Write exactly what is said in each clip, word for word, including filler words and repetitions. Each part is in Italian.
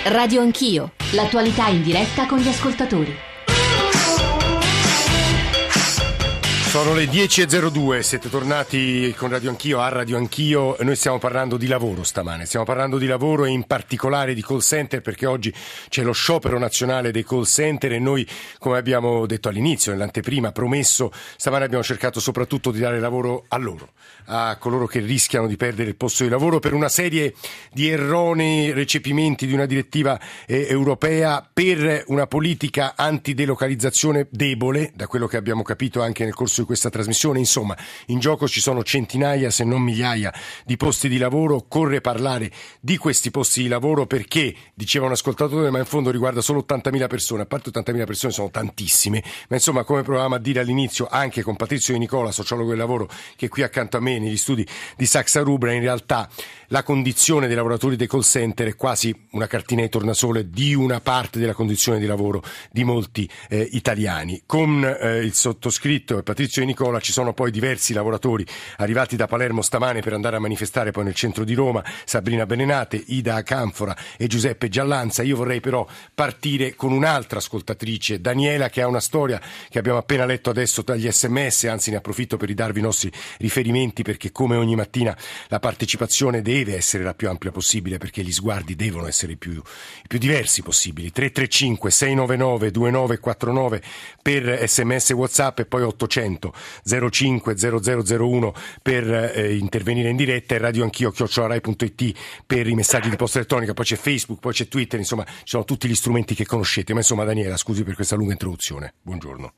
Radio Anch'io, l'attualità in diretta con gli ascoltatori. Sono le dieci e zero due, siete tornati con Radio Anch'io, a Radio Anch'io. Noi stiamo parlando di lavoro stamane, stiamo parlando di lavoro e in particolare di call center, perché oggi c'è lo sciopero nazionale dei call center e noi, come abbiamo detto all'inizio, nell'anteprima, promesso, stamane abbiamo cercato soprattutto di dare lavoro a loro, a coloro che rischiano di perdere il posto di lavoro per una serie di erronei recepimenti di una direttiva eh, europea, per una politica antidelocalizzazione debole, da quello che abbiamo capito anche nel corso di questa trasmissione. Insomma, in gioco ci sono centinaia se non migliaia di posti di lavoro. Occorre parlare di questi posti di lavoro perché, diceva un ascoltatore, ma in fondo riguarda solo ottantamila persone. A parte ottantamila persone sono tantissime, ma insomma, come provavamo a dire all'inizio anche con Patrizio Di Nicola, sociologo del lavoro, che è qui accanto a me negli studi di Saxa Rubra, in realtà la condizione dei lavoratori dei call center è quasi una cartina di tornasole di una parte della condizione di lavoro di molti eh, italiani. Con eh, il sottoscritto e Patrizio Di Nicola ci sono poi diversi lavoratori arrivati da Palermo stamane per andare a manifestare poi nel centro di Roma: Sabrina Beninate, Ida Acanfora e Giuseppe Giallanza. Io vorrei però partire con un'altra ascoltatrice, Daniela, che ha una storia che abbiamo appena letto adesso dagli sms, anzi ne approfitto per ridarvi i nostri riferimenti, perché come ogni mattina la partecipazione deve essere la più ampia possibile, perché gli sguardi devono essere i più, i più diversi possibili. tre tre cinque sei nove nove due nove quattro nove per sms WhatsApp e poi ottocento zero cinque zero zero zero uno per eh, intervenire in diretta, e radio anch'io chiocciola rai punto it per i messaggi di posta elettronica. Poi c'è Facebook, poi c'è Twitter, insomma ci sono tutti gli strumenti che conoscete. Ma insomma, Daniela, scusi per questa lunga introduzione, buongiorno.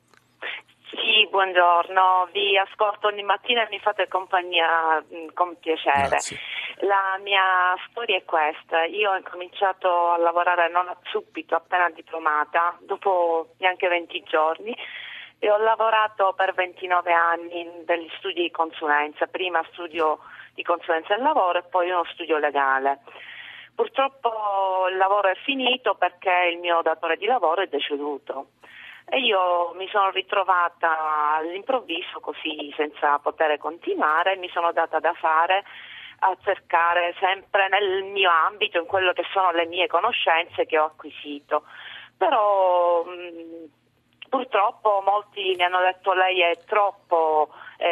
Buongiorno, vi ascolto ogni mattina e mi fate compagnia mh, con piacere. Grazie. La mia storia è questa: io ho incominciato a lavorare non subito, appena diplomata, dopo neanche venti giorni, e ho lavorato per ventinove anni negli studi di consulenza, prima studio di consulenza del lavoro e poi uno studio legale. Purtroppo il lavoro è finito perché il mio datore di lavoro è deceduto. E io mi sono ritrovata all'improvviso così, senza poter continuare, e mi sono data da fare a cercare sempre nel mio ambito, in quello che sono le mie conoscenze che ho acquisito. Però mh, purtroppo molti mi hanno detto: lei è troppo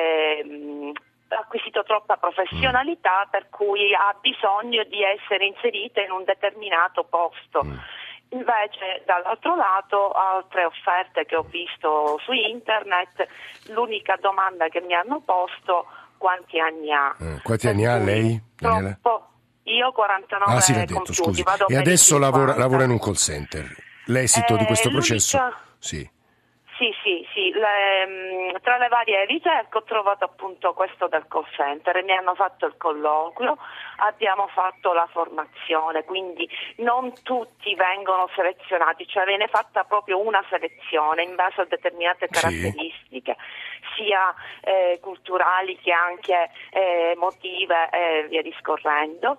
eh, ha acquisito troppa professionalità, per cui ha bisogno di essere inserita in un determinato posto. Mm. Invece, dall'altro lato, altre offerte che ho visto su internet, l'unica domanda che mi hanno posto: quanti anni ha? Eh, quanti anni ha lei, Daniela? Troppo. Io quarantanove. Ah, sì, l'ha detto, compiuti, scusi. vado E per adesso i lavora, lavora in un call center. L'esito eh, di questo l'unica... processo? Sì. Sì, sì, sì. Le, tra le varie ricerche ho trovato appunto questo del call center e mi hanno fatto il colloquio, abbiamo fatto la formazione, quindi non tutti vengono selezionati, cioè viene fatta proprio una selezione in base a determinate caratteristiche, sì. sia eh, culturali che anche eh, emotive e via discorrendo.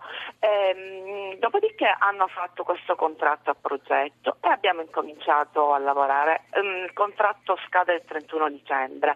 Ehm, dopodiché hanno fatto questo contratto a progetto e abbiamo incominciato a lavorare. Um, il contratto scade il trentuno dicembre.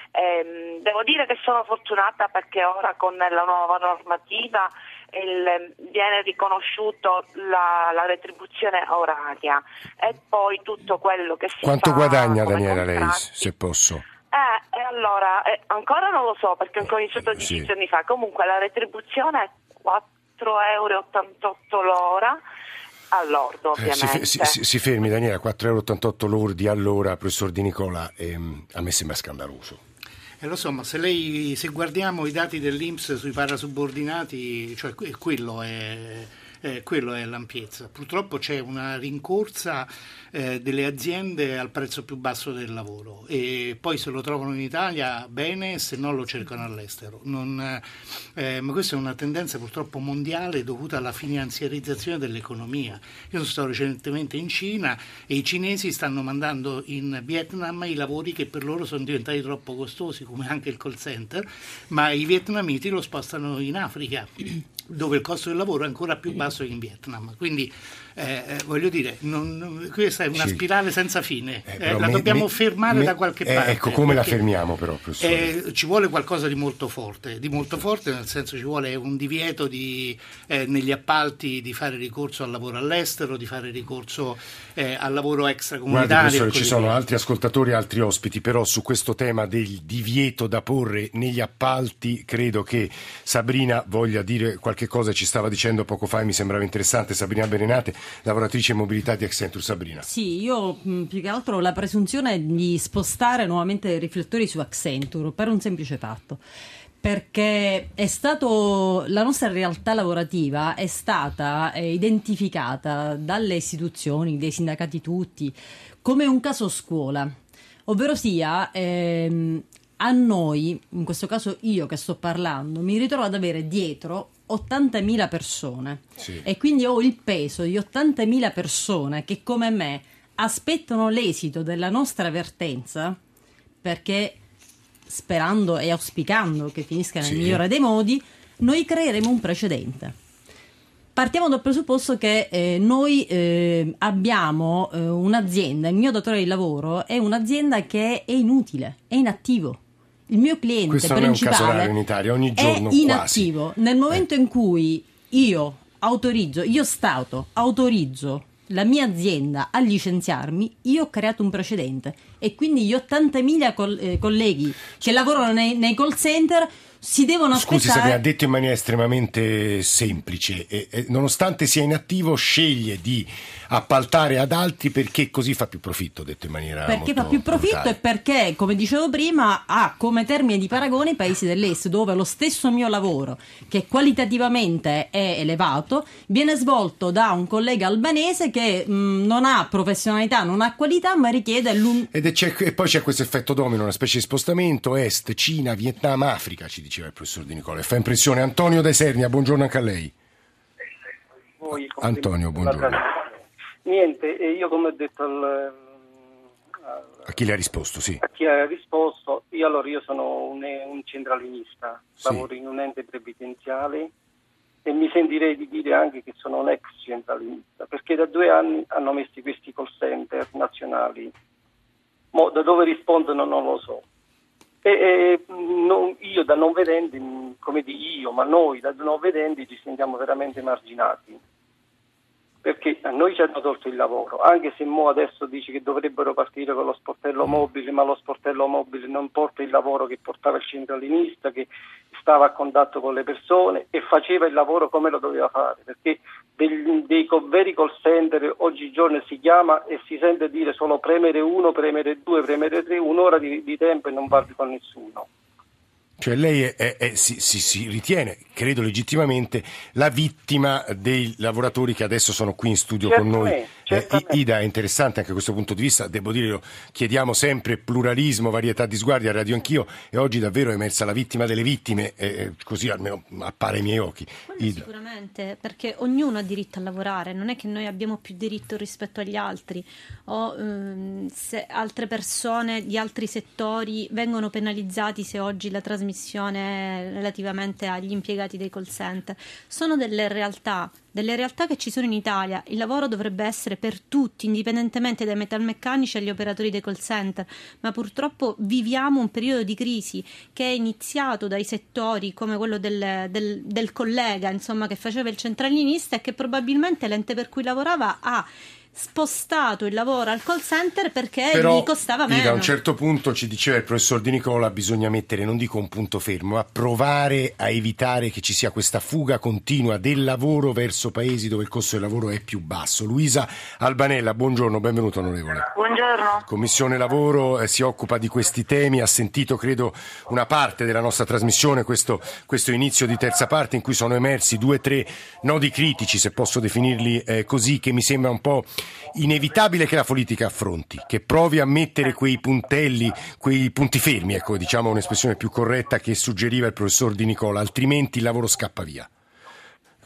Eh, devo dire che sono fortunata perché ora con la nuova normativa il, viene riconosciuto la, la retribuzione oraria e poi tutto quello che si Quanto fa. Quanto guadagna, Daniela, contratti. lei, se posso? Eh, e allora, eh, ancora non lo so perché ho cominciato dieci sì. giorni fa. Comunque la retribuzione è quattro euro e ottantotto l'ora. All'ordo, ovviamente. Eh, si, si, si fermi, Daniela, quattro euro e ottantotto lordi all'ora, professor Di Nicola, ehm, a me sembra scandaloso. Eh, lo so, ma se lei se guardiamo i dati dell'I N P S sui parasubordinati, cioè quello è, eh, quello è l'ampiezza. Purtroppo c'è una rincorsa eh, delle aziende al prezzo più basso del lavoro e poi se lo trovano in Italia bene, se no lo cercano all'estero. Non, eh, ma questa è una tendenza purtroppo mondiale dovuta alla finanziarizzazione dell'economia. Io sono stato recentemente in Cina e i cinesi stanno mandando in Vietnam i lavori che per loro sono diventati troppo costosi, come anche il call center, ma i vietnamiti lo spostano in Africa dove il costo del lavoro è ancora più basso che in Vietnam. Quindi eh, voglio dire, non, non, questa è una sì. spirale senza fine, eh, eh, la me, dobbiamo me, fermare me, da qualche eh, parte. Ecco, come la fermiamo però, eh, ci vuole qualcosa di molto forte, di molto forte nel senso ci vuole un divieto di, eh, negli appalti di fare ricorso al lavoro all'estero, di fare ricorso eh, al lavoro extracomunitario. Guardi, ci sono via. altri ascoltatori e altri ospiti, però su questo tema del divieto da porre negli appalti credo che Sabrina voglia dire qualche cosa, ci stava dicendo poco fa e mi sembrava interessante. Sabrina Berenate, lavoratrice in mobilità di Accenture. Sabrina. Sì, io mh, più che altro ho la presunzione di spostare nuovamente i riflettori su Accenture per un semplice fatto, perché è stato la nostra realtà lavorativa è stata eh, identificata dalle istituzioni, dei sindacati tutti, come un caso scuola, ovvero sia ehm, a noi, in questo caso io che sto parlando, mi ritrovo ad avere dietro ottantamila persone sì. e quindi ho il peso di ottantamila persone che come me aspettano l'esito della nostra vertenza, perché sperando e auspicando che finisca nel sì. migliore dei modi, noi creeremo un precedente. Partiamo dal presupposto che eh, noi eh, abbiamo eh, un'azienda, il mio datore di lavoro è un'azienda che è inutile, è inattivo. Il mio cliente Questo principale non è un caso raro in Italia, ogni giorno è inattivo. Quasi. Nel momento eh. in cui io autorizzo, io Stato autorizzo la mia azienda a licenziarmi, io ho creato un precedente e quindi gli ottantamila col- eh, colleghi che lavorano nei, nei call center si devono aspettare. Scusi, Sabrina, ha detto in maniera estremamente semplice, e, e, nonostante sia inattivo sceglie di appaltare ad altri perché così fa più profitto, detto in maniera perché molto fa più profitto brutale. E perché, come dicevo prima, ha come termine di paragone i paesi dell'est, dove lo stesso mio lavoro, che qualitativamente è elevato, viene svolto da un collega albanese che mh, non ha professionalità, non ha qualità, ma richiede l'un... Ed è, c'è, e poi c'è questo effetto domino, una specie di spostamento est, Cina, Vietnam, Africa, ci diceva il professor Di Nicola, e fa impressione. Antonio da Isernia, buongiorno anche a lei. Voi, Antonio, buongiorno. Niente, io come ho detto al, a chi le ha risposto, sì. A chi ha risposto, io allora io sono un, un centralinista, sì. lavoro in un ente previdenziale e mi sentirei di dire anche che sono un ex centralinista, perché da due anni hanno messo questi call center nazionali. Mo, da dove rispondono non lo so. E, e non, io da non vedenti, come di io, ma noi da non vedenti ci sentiamo veramente marginati. Perché a noi ci hanno tolto il lavoro, anche se mo adesso dice che dovrebbero partire con lo sportello mobile, ma lo sportello mobile non porta il lavoro che portava il centralinista, che stava a contatto con le persone e faceva il lavoro come lo doveva fare, perché dei, dei veri call center oggigiorno si chiama e si sente dire solo premere uno, premere due, premere tre, un'ora di, di tempo e non parli con nessuno. Cioè lei è, è, è, si, si, si ritiene, credo legittimamente, la vittima dei lavoratori che adesso sono qui in studio Certamente, con noi. certamente. Eh, Ida, è interessante anche questo punto di vista, devo dire, chiediamo sempre pluralismo, varietà di sguardi a Radio Anch'io e oggi davvero è emersa la vittima delle vittime, eh, così almeno appare ai miei occhi. Ida. Sicuramente, perché ognuno ha diritto a lavorare, non è che noi abbiamo più diritto rispetto agli altri o ehm, se altre persone di altri settori vengono penalizzati se oggi la trasmissione relativamente agli impiegati dei call center. Sono delle realtà, delle realtà che ci sono in Italia. Il lavoro dovrebbe essere per tutti, indipendentemente dai metalmeccanici agli operatori dei call center, ma purtroppo viviamo un periodo di crisi che è iniziato dai settori come quello del, del, del collega, insomma, che faceva il centralinista e che probabilmente l'ente per cui lavorava ha spostato il lavoro al call center perché però, gli costava meno. Ida, a un certo punto ci diceva il professor Di Nicola, bisogna mettere, non dico un punto fermo, ma provare a evitare che ci sia questa fuga continua del lavoro verso paesi dove il costo del lavoro è più basso. Luisa Albanella, buongiorno, benvenuto onorevole. Buongiorno. Commissione Lavoro eh, si occupa di questi temi, ha sentito credo una parte della nostra trasmissione, questo, questo inizio di terza parte in cui sono emersi due o tre nodi critici, se posso definirli eh, così, che mi sembra un po' inevitabile che la politica affronti, che provi a mettere quei puntelli, quei punti fermi, ecco, diciamo un'espressione più corretta che suggeriva il professor Di Nicola, altrimenti il lavoro scappa via.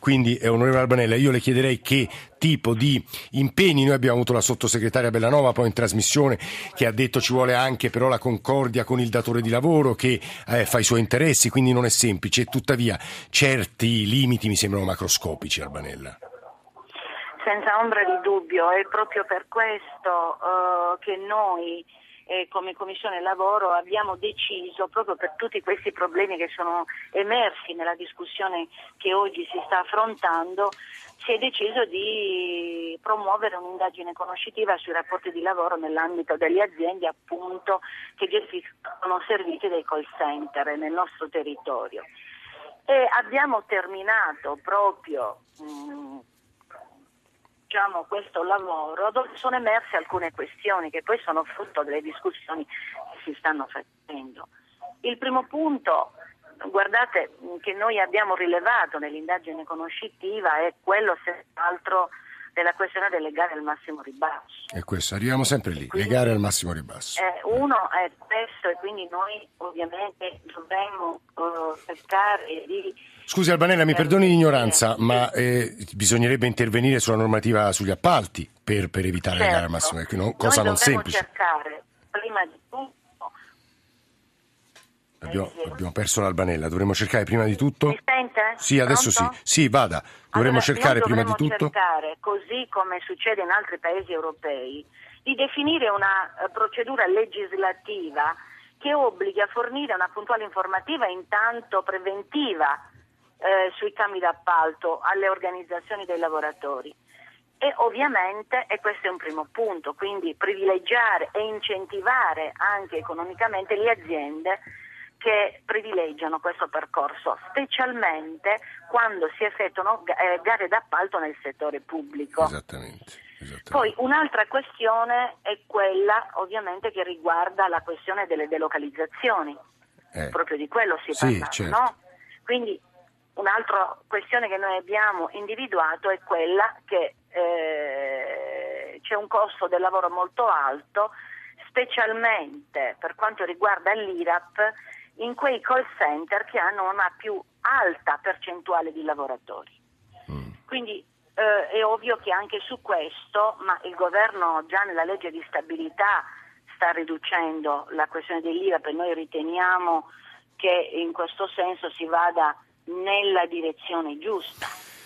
Quindi, eh, onorevole Albanella, io le chiederei che tipo di impegni. Noi abbiamo avuto la sottosegretaria Bellanova poi in trasmissione che ha detto ci vuole anche però la concordia con il datore di lavoro che eh, fa i suoi interessi, quindi non è semplice. Tuttavia certi limiti mi sembrano macroscopici, Albanella. Senza ombra di dubbio, è proprio per questo uh, che noi eh, come Commissione Lavoro abbiamo deciso, proprio per tutti questi problemi che sono emersi nella discussione che oggi si sta affrontando, si è deciso di promuovere un'indagine conoscitiva sui rapporti di lavoro nell'ambito delle aziende appunto che gestiscono servizi dei call center nel nostro territorio. E abbiamo terminato proprio mh, diciamo, questo lavoro dove sono emerse alcune questioni che poi sono frutto delle discussioni che si stanno facendo. Il primo punto, guardate, che noi abbiamo rilevato nell'indagine conoscitiva è quello senz'altro della questione delle gare al massimo ribasso. E questo, arriviamo sempre lì, quindi, le gare al massimo ribasso. Eh, uno è questo e quindi noi ovviamente dovremmo uh, cercare di... Scusi Albanella, mi perdoni l'ignoranza, ma eh, bisognerebbe intervenire sulla normativa sugli appalti per, per evitare certo. le gare al massimo, no? Cosa non semplice. Cercare prima di tutto... Abbiamo, abbiamo perso l'Albanella, dovremmo cercare prima di tutto... Mi sente? Sì, adesso Pronto? sì, sì, vada, dovremmo allora, cercare prima di tutto... cercare, così come succede in altri paesi europei, di definire una uh, procedura legislativa che obblighi a fornire una puntuale informativa intanto preventiva eh, sui cambi d'appalto alle organizzazioni dei lavoratori. E ovviamente, e questo è un primo punto, quindi privilegiare e incentivare anche economicamente le aziende che privilegiano questo percorso, specialmente quando si effettuano eh, gare d'appalto nel settore pubblico. Esattamente, esattamente. Poi un'altra questione è quella ovviamente che riguarda la questione delle delocalizzazioni, eh. proprio di quello si sì, parla, certo. no? Quindi un'altra questione che noi abbiamo individuato è quella che eh, c'è un costo del lavoro molto alto, specialmente per quanto riguarda l'I R A P, in quei call center che hanno una più alta percentuale di lavoratori. Mm. Quindi eh, è ovvio che anche su questo, ma il governo già nella legge di stabilità sta riducendo la questione dell'I R A P e noi riteniamo che in questo senso si vada nella direzione giusta.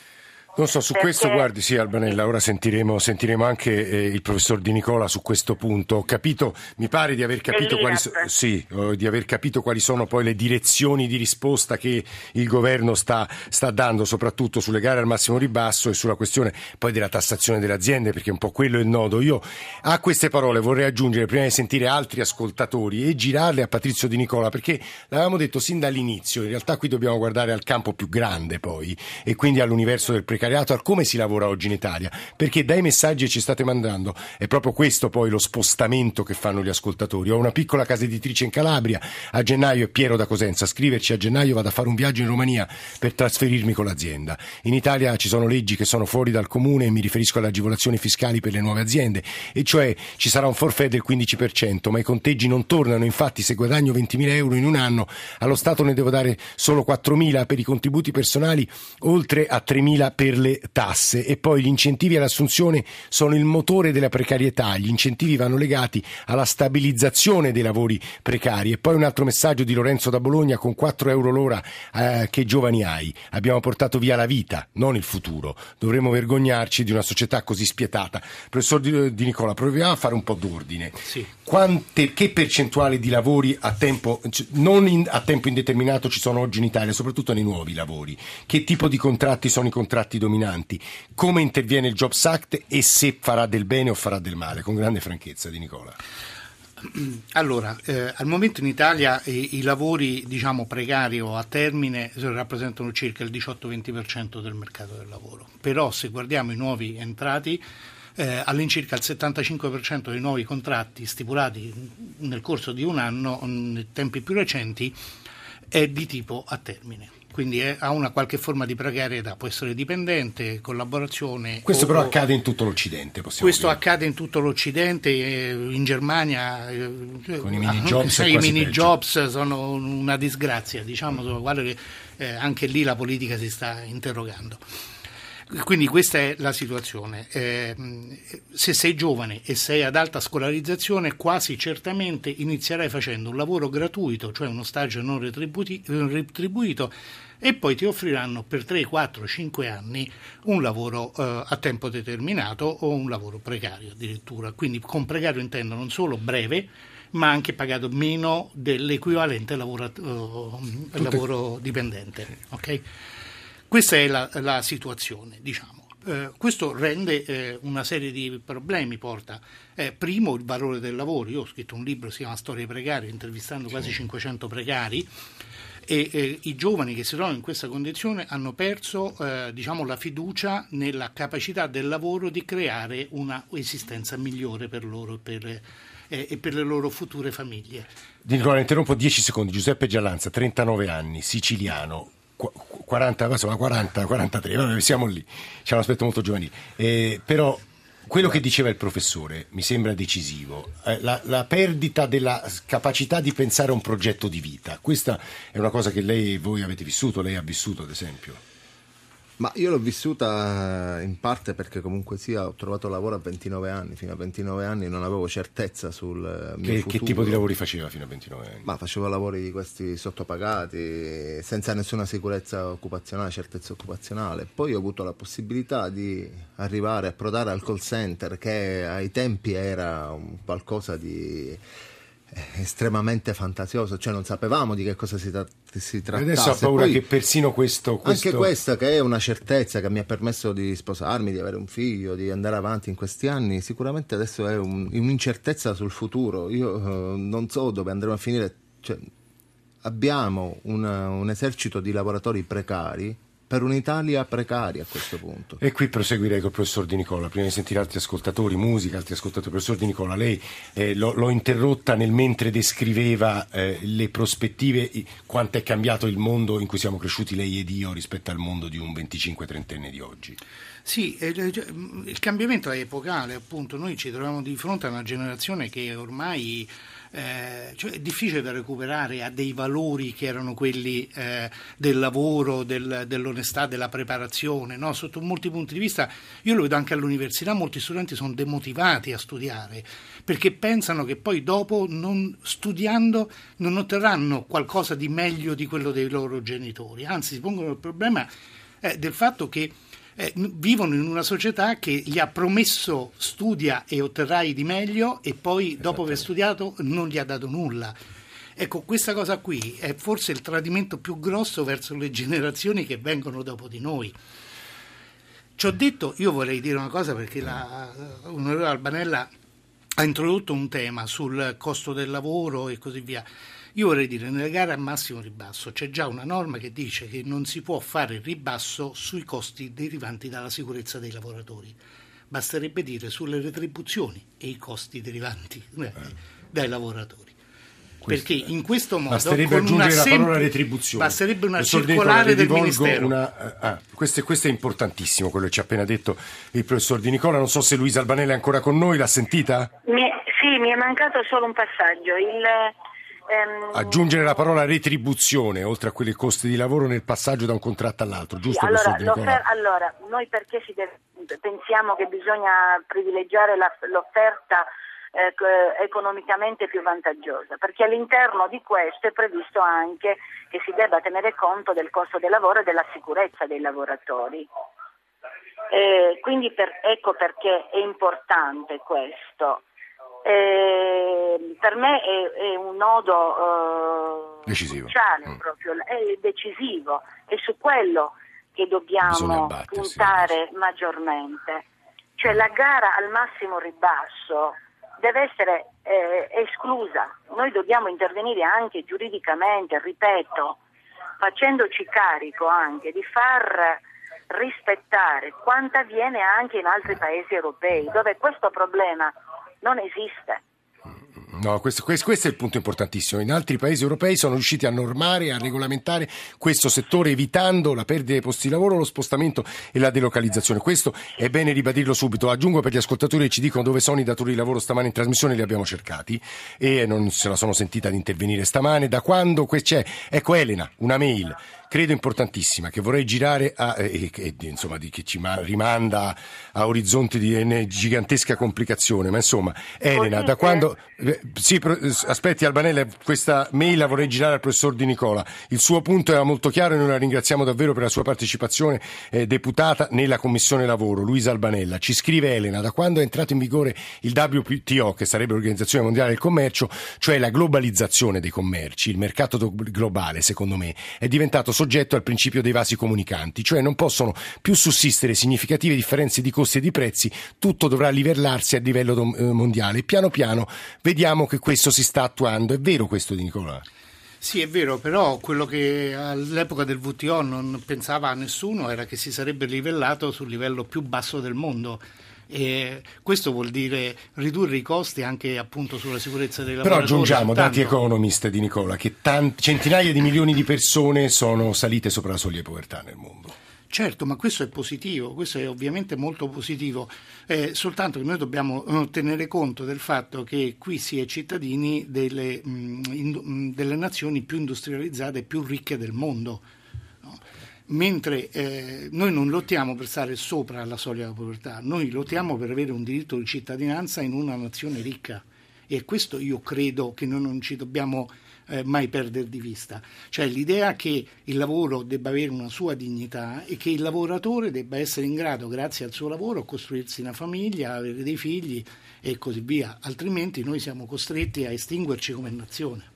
Non so, su Perché... questo, guardi, sì, Albanella, ora sentiremo, sentiremo anche eh, il professor Di Nicola su questo punto. Ho capito, mi pare di aver capito quali, so, sì, di aver capito quali sono poi le direzioni di risposta che il governo sta, sta dando, soprattutto sulle gare al massimo ribasso e sulla questione poi della tassazione delle aziende, perché un po' quello è il nodo. Io a queste parole vorrei aggiungere, prima di sentire altri ascoltatori, e girarle a Patrizio Di Nicola, perché l'avevamo detto sin dall'inizio, in realtà qui dobbiamo guardare al campo più grande poi, e quindi all'universo del precariato, a come si lavora oggi in Italia, perché dai messaggi che ci state mandando è proprio questo poi lo spostamento che fanno gli ascoltatori. Ho una piccola casa editrice in Calabria, a gennaio è Piero da Cosenza a scriverci, a gennaio vado a fare un viaggio in Romania per trasferirmi con l'azienda. In Italia ci sono leggi che sono fuori dal comune, e mi riferisco alle agevolazioni fiscali per le nuove aziende, e cioè ci sarà un forfait del quindici per cento, ma i conteggi non tornano. Infatti se guadagno ventimila euro in un anno, allo Stato ne devo dare solo quattromila per i contributi personali, oltre a tremila per le tasse. E poi gli incentivi all'assunzione sono il motore della precarietà. Gli incentivi vanno legati alla stabilizzazione dei lavori precari. E poi un altro messaggio di Lorenzo da Bologna: con quattro euro l'ora eh, che giovani hai? Abbiamo portato via la vita, non il futuro. Dovremmo vergognarci di una società così spietata. Professor Di, Di Nicola, proviamo a fare un po' d'ordine. Sì. Quante, che percentuale di lavori a tempo non in, a tempo indeterminato ci sono oggi in Italia, soprattutto nei nuovi lavori? Che tipo di contratti sono i contratti dominanti? Come interviene il Jobs Act e se farà del bene o farà del male? Con grande franchezza, Di Nicola. Allora, eh, al momento in Italia i, i lavori, diciamo, precari o a termine rappresentano circa il diciotto venti per cento del mercato del lavoro. Però se guardiamo i nuovi entrati, eh, all'incirca il settantacinque per cento dei nuovi contratti stipulati nel corso di un anno, nei tempi più recenti, è di tipo a termine. quindi è, ha una qualche forma di precarietà, può essere dipendente, collaborazione. Questo o, però accade in tutto l'Occidente, possiamo Questo dire. accade in tutto l'Occidente, in Germania con i mini jobs, i mini jobs sono una disgrazia, diciamo, sulla quale che, eh, anche lì la politica si sta interrogando. Quindi questa è la situazione. Eh, se sei giovane e sei ad alta scolarizzazione, quasi certamente inizierai facendo un lavoro gratuito, cioè uno stage non retribuito, e poi ti offriranno per tre, quattro, cinque anni un lavoro eh, a tempo determinato o un lavoro precario addirittura. Quindi con precario intendo non solo breve, ma anche pagato meno dell'equivalente lavoro, uh, lavoro dipendente. Okay? Questa è la, la situazione, diciamo. Eh, questo rende eh, una serie di problemi, porta eh, primo il valore del lavoro. Io ho scritto un libro che si chiama Storie precarie, intervistando quasi cinquecento precari, e eh, i giovani che si trovano in questa condizione hanno perso eh, diciamo, la fiducia nella capacità del lavoro di creare una esistenza migliore per loro e per, eh, e per le loro future famiglie. Di Nicola, interrompo dieci secondi. Giuseppe Giallanza, trentanove anni, siciliano, quaranta, insomma quaranta, quarantatré, vabbè, siamo lì, c'è un aspetto molto giovanile, eh, però quello che diceva il professore mi sembra decisivo, eh, la, la perdita della capacità di pensare a un progetto di vita. Questa è una cosa che lei e voi avete vissuto, lei ha vissuto ad esempio. Ma io l'ho vissuta in parte perché comunque sia ho trovato lavoro a ventinove anni, fino a ventinove anni non avevo certezza sul mio che, futuro. Che tipo di lavori faceva fino a ventinove anni? Ma facevo lavori di questi sottopagati, senza nessuna sicurezza occupazionale, certezza occupazionale. Poi ho avuto la possibilità di arrivare a approdare al call center, che ai tempi era un qualcosa di estremamente fantasioso, cioè non sapevamo di che cosa si, tra- si trattasse. Adesso ho paura Poi, che persino questo, questo... anche questa, che è una certezza che mi ha permesso di sposarmi, di avere un figlio, di andare avanti in questi anni, sicuramente adesso è un, un'incertezza sul futuro. Io uh, non so dove andremo a finire. Cioè, abbiamo una, un esercito di lavoratori precari per un'Italia precaria a questo punto. E qui proseguirei col professor Di Nicola, prima di sentire altri ascoltatori, musica, altri ascoltatori. Professor Di Nicola, lei eh, lo, l'ho interrotta nel mentre descriveva eh, le prospettive, quanto è cambiato il mondo in cui siamo cresciuti lei ed io rispetto al mondo di un venticinque trentenne di oggi. Sì, il cambiamento è epocale, appunto. Noi ci troviamo di fronte a una generazione che ormai eh, cioè è difficile da recuperare, ha dei valori che erano quelli eh, del lavoro, del, dell'onestà, della preparazione, no? Sotto molti punti di vista, io lo vedo anche all'università, molti studenti sono demotivati a studiare perché pensano che poi dopo, non, studiando, non otterranno qualcosa di meglio di quello dei loro genitori, anzi si pongono il problema eh, del fatto che Eh, vivono in una società che gli ha promesso studia e otterrai di meglio e poi dopo aver studiato non gli ha dato nulla. Ecco, questa cosa qui è forse il tradimento più grosso verso le generazioni che vengono dopo di noi. Ci ho detto, io vorrei dire una cosa perché la onorevole Albanella ha introdotto un tema sul costo del lavoro e così via. Io vorrei dire, nelle gare a massimo ribasso c'è già una norma che dice che non si può fare ribasso sui costi derivanti dalla sicurezza dei lavoratori. Basterebbe dire sulle retribuzioni e i costi derivanti eh, dai lavoratori. Perché in questo modo basterebbe con una aggiungere sem- la parola retribuzione. Basterebbe una Professor circolare Di Nicola, del Ministero. Una, ah, questo, questo è importantissimo, quello che ci ha appena detto il professor Di Nicola. Non so se Luisa Albanella è ancora con noi, l'ha sentita? Mi è, sì, mi è mancato solo un passaggio. Il, ehm... Aggiungere la parola retribuzione oltre a quelli costi di lavoro nel passaggio da un contratto all'altro, giusto? Sì, allora, Di Nicola? allora, noi perché si deve, pensiamo che bisogna privilegiare la, l'offerta eh, economicamente più vantaggiosa? Perché all'interno di questo è previsto anche che si debba tenere conto del costo del lavoro e della sicurezza dei lavoratori. Eh, quindi per, ecco perché è importante questo. Eh, per me è, è un nodo eh, decisivo, cruciale, mm. proprio, è decisivo, è su quello che dobbiamo puntare sì. maggiormente. Cioè la gara al massimo ribasso deve essere eh, esclusa. Noi dobbiamo intervenire anche giuridicamente, ripeto, facendoci carico anche di far rispettare quanto avviene anche in altri paesi europei, dove questo problema non esiste. No, questo, questo, questo è il punto importantissimo. In altri paesi europei sono riusciti a normare, a regolamentare questo settore, evitando la perdita dei posti di lavoro, lo spostamento e la delocalizzazione. Questo è bene ribadirlo subito. Aggiungo per gli ascoltatori che ci dicono dove sono i datori di lavoro stamane in trasmissione, li abbiamo cercati e non se la sono sentita di intervenire stamane. Da quando c'è? Ecco, Elena, una mail credo importantissima che vorrei girare a, eh, eh, insomma, di, che ci ma, rimanda a orizzonti di eh, gigantesca complicazione, ma insomma, Elena, da quando eh, sì, pro, aspetti Albanella, questa mail la vorrei girare al professor Di Nicola. Il suo punto era molto chiaro e noi la ringraziamo davvero per la sua partecipazione, eh, deputata nella Commissione Lavoro. Luisa Albanella ci scrive: Elena, da quando è entrato in vigore il W T O, che sarebbe l'Organizzazione Mondiale del Commercio, cioè la globalizzazione dei commerci, il mercato globale, secondo me, è diventato soggetto al principio dei vasi comunicanti, cioè non possono più sussistere significative differenze di costi e di prezzi, tutto dovrà livellarsi a livello mondiale. Piano piano vediamo che questo si sta attuando. È vero questo, Di Nicola? Sì, è vero, però quello che all'epoca del W T O non pensava a nessuno era che si sarebbe livellato sul livello più basso del mondo. E questo vuol dire ridurre i costi anche appunto sulla sicurezza dei lavoratori. Però aggiungiamo soltanto. Dati Economist, Di Nicola, che tanti, centinaia di milioni di persone sono salite sopra la soglia di povertà nel mondo. Certo, ma questo è positivo, questo è ovviamente molto positivo, eh, soltanto che noi dobbiamo tenere conto del fatto che qui si è cittadini delle, mh, in, delle nazioni più industrializzate e più ricche del mondo. Mentre eh, noi non lottiamo per stare sopra la soglia della povertà, noi lottiamo per avere un diritto di cittadinanza in una nazione ricca, e questo io credo che noi non ci dobbiamo eh, mai perdere di vista, cioè l'idea che il lavoro debba avere una sua dignità e che il lavoratore debba essere in grado, grazie al suo lavoro, costruirsi una famiglia, avere dei figli e così via, altrimenti noi siamo costretti a estinguerci come nazione.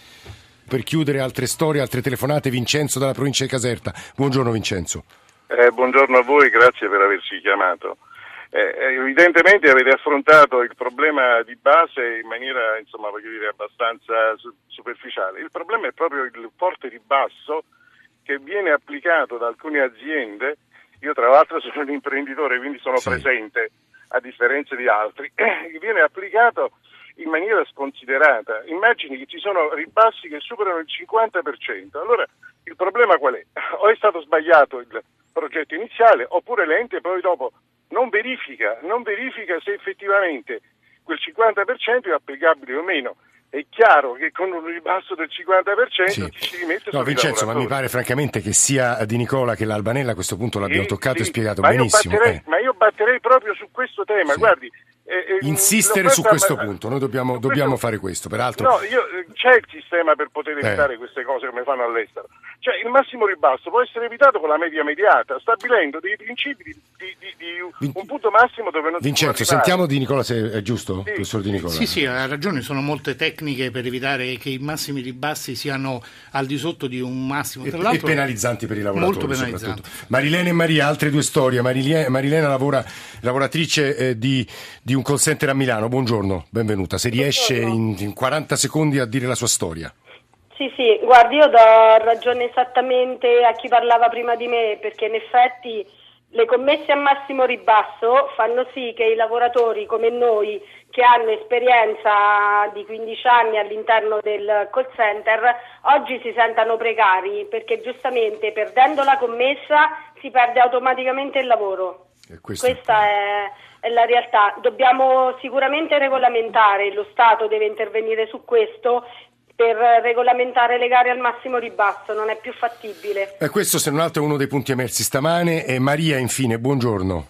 Per chiudere, altre storie, altre telefonate. Vincenzo dalla provincia di Caserta. Buongiorno Vincenzo. Eh, buongiorno a voi, grazie per averci chiamato. Eh, evidentemente avete affrontato il problema di base in maniera, insomma, voglio dire, abbastanza su- superficiale. Il problema è proprio il forte ribasso che viene applicato da alcune aziende. Io tra l'altro sono un imprenditore, quindi sono sì. presente, a differenza di altri, che viene applicato in maniera sconsiderata. Immagini che ci sono ribassi che superano il cinquanta per cento. Allora il problema qual è? O è stato sbagliato il progetto iniziale, oppure l'ente poi dopo non verifica, non verifica se effettivamente quel cinquanta per cento è applicabile o meno. È chiaro che con un ribasso del cinquanta per cento sì. ci si rimette no, Vincenzo, ma mi pare francamente che sia Di Nicola che l'Albanella a questo punto l'abbiano sì, toccato sì. e spiegato ma benissimo. Io batterei, eh. Ma io batterei proprio su questo tema, sì. guardi. Eh, eh, Insistere su questo ma... punto, noi dobbiamo, dobbiamo questo... fare questo. Peraltro, no, io, c'è il sistema per poter evitare eh. queste cose come fanno all'estero. Cioè il massimo ribasso può essere evitato con la media mediata, stabilendo dei principi di, di, di, di Vin... un punto massimo dove non Vincenzo, si può sentiamo Di Nicola se è giusto, sì. professor Di Nicola. Sì, sì, ha ragione, sono molte tecniche per evitare che i massimi ribassi siano al di sotto di un massimo. Tra e, l'altro, e penalizzanti per i lavoratori. Molto penalizzanti. Marilena e Maria, altre due storie. Marilena, Marilena lavora lavoratrice eh, di, di un call center a Milano. Buongiorno, benvenuta. Se riesce in, in quaranta secondi a dire la sua storia. Sì, sì, guardi, io do ragione esattamente a chi parlava prima di me, perché in effetti le commesse a massimo ribasso fanno sì che i lavoratori come noi, che hanno esperienza di quindici anni all'interno del call center, oggi si sentano precari, perché giustamente perdendo la commessa si perde automaticamente il lavoro. E questo Questa è... è la realtà. Dobbiamo sicuramente regolamentare, lo Stato deve intervenire su questo per regolamentare le gare al massimo ribasso, non è più fattibile. E questo, se non altro, è uno dei punti emersi stamane. E Maria, infine, buongiorno.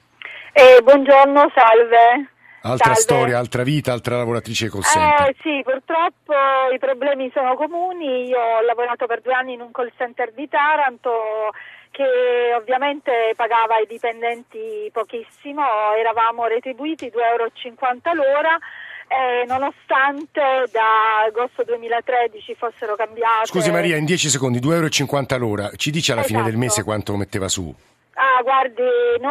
Eh, buongiorno, salve. Altra salve. storia, altra vita, altra lavoratrice call center. Eh, sì, purtroppo i problemi sono comuni. Io ho lavorato per due anni in un call center di Taranto che ovviamente pagava i dipendenti pochissimo, eravamo retribuiti due euro e cinquanta l'ora, eh, nonostante da agosto duemilatredici fossero cambiate. Scusi Maria, in dieci secondi, due euro e cinquanta l'ora, ci dice alla esatto. fine del mese quanto metteva su? Ah, guardi,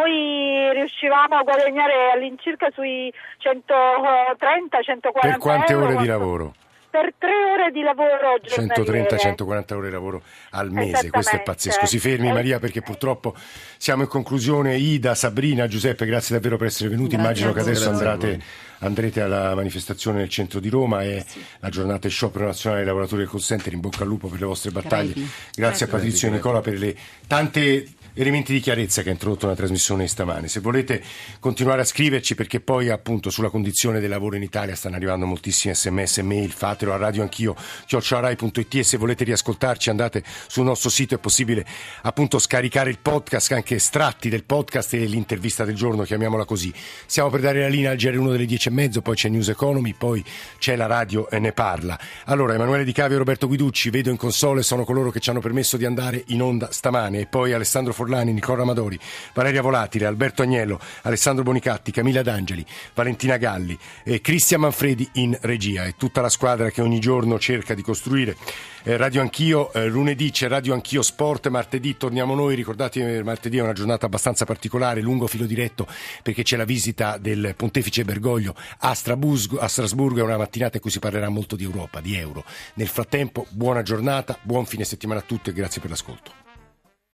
noi riuscivamo a guadagnare all'incirca sui centotrenta centoquaranta Per quante euro, ore quanto... di lavoro? per tre ore di lavoro giornaliere. centotrenta centoquaranta ore di lavoro al mese, questo è pazzesco. Si fermi Maria, perché purtroppo siamo in conclusione. Ida, Sabrina, Giuseppe, grazie davvero per essere venuti. Grazie. Immagino che adesso andrete, andrete alla manifestazione nel centro di Roma, e sì. la giornata è sciopero nazionale dei lavoratori del call center. In bocca al lupo per le vostre battaglie. Grazie, grazie a Patrizio e Nicola per le tante elementi di chiarezza che ha introdotto una trasmissione stamane. Se volete continuare a scriverci, perché poi appunto sulla condizione del lavoro in Italia stanno arrivando moltissimi sms e mail, fatelo a radioanchio chiocciola rai punto it, e se volete riascoltarci andate sul nostro sito, è possibile appunto scaricare il podcast, anche estratti del podcast e l'intervista del giorno, chiamiamola così. Stiamo per dare la linea al G R uno delle dieci e mezzo, poi c'è News Economy, poi c'è la radio e ne parla. Allora, Emanuele Di Cavio e Roberto Guiducci, vedo in console, sono coloro che ci hanno permesso di andare in onda stamane, e poi Alessandro Forlani, Nicola Amadori, Valeria Volatile, Alberto Agnello, Alessandro Bonicatti, Camilla D'Angeli, Valentina Galli e Cristian Manfredi in regia, e tutta la squadra che ogni giorno cerca di costruire eh, Radio Anch'io. Eh, lunedì c'è Radio Anch'io Sport, martedì torniamo noi. Ricordate, martedì è una giornata abbastanza particolare, lungo filo diretto, perché c'è la visita del pontefice Bergoglio a Strasburgo, a Strasburgo. È una mattinata in cui si parlerà molto di Europa, di euro. Nel frattempo, buona giornata, buon fine settimana a tutti e grazie per l'ascolto.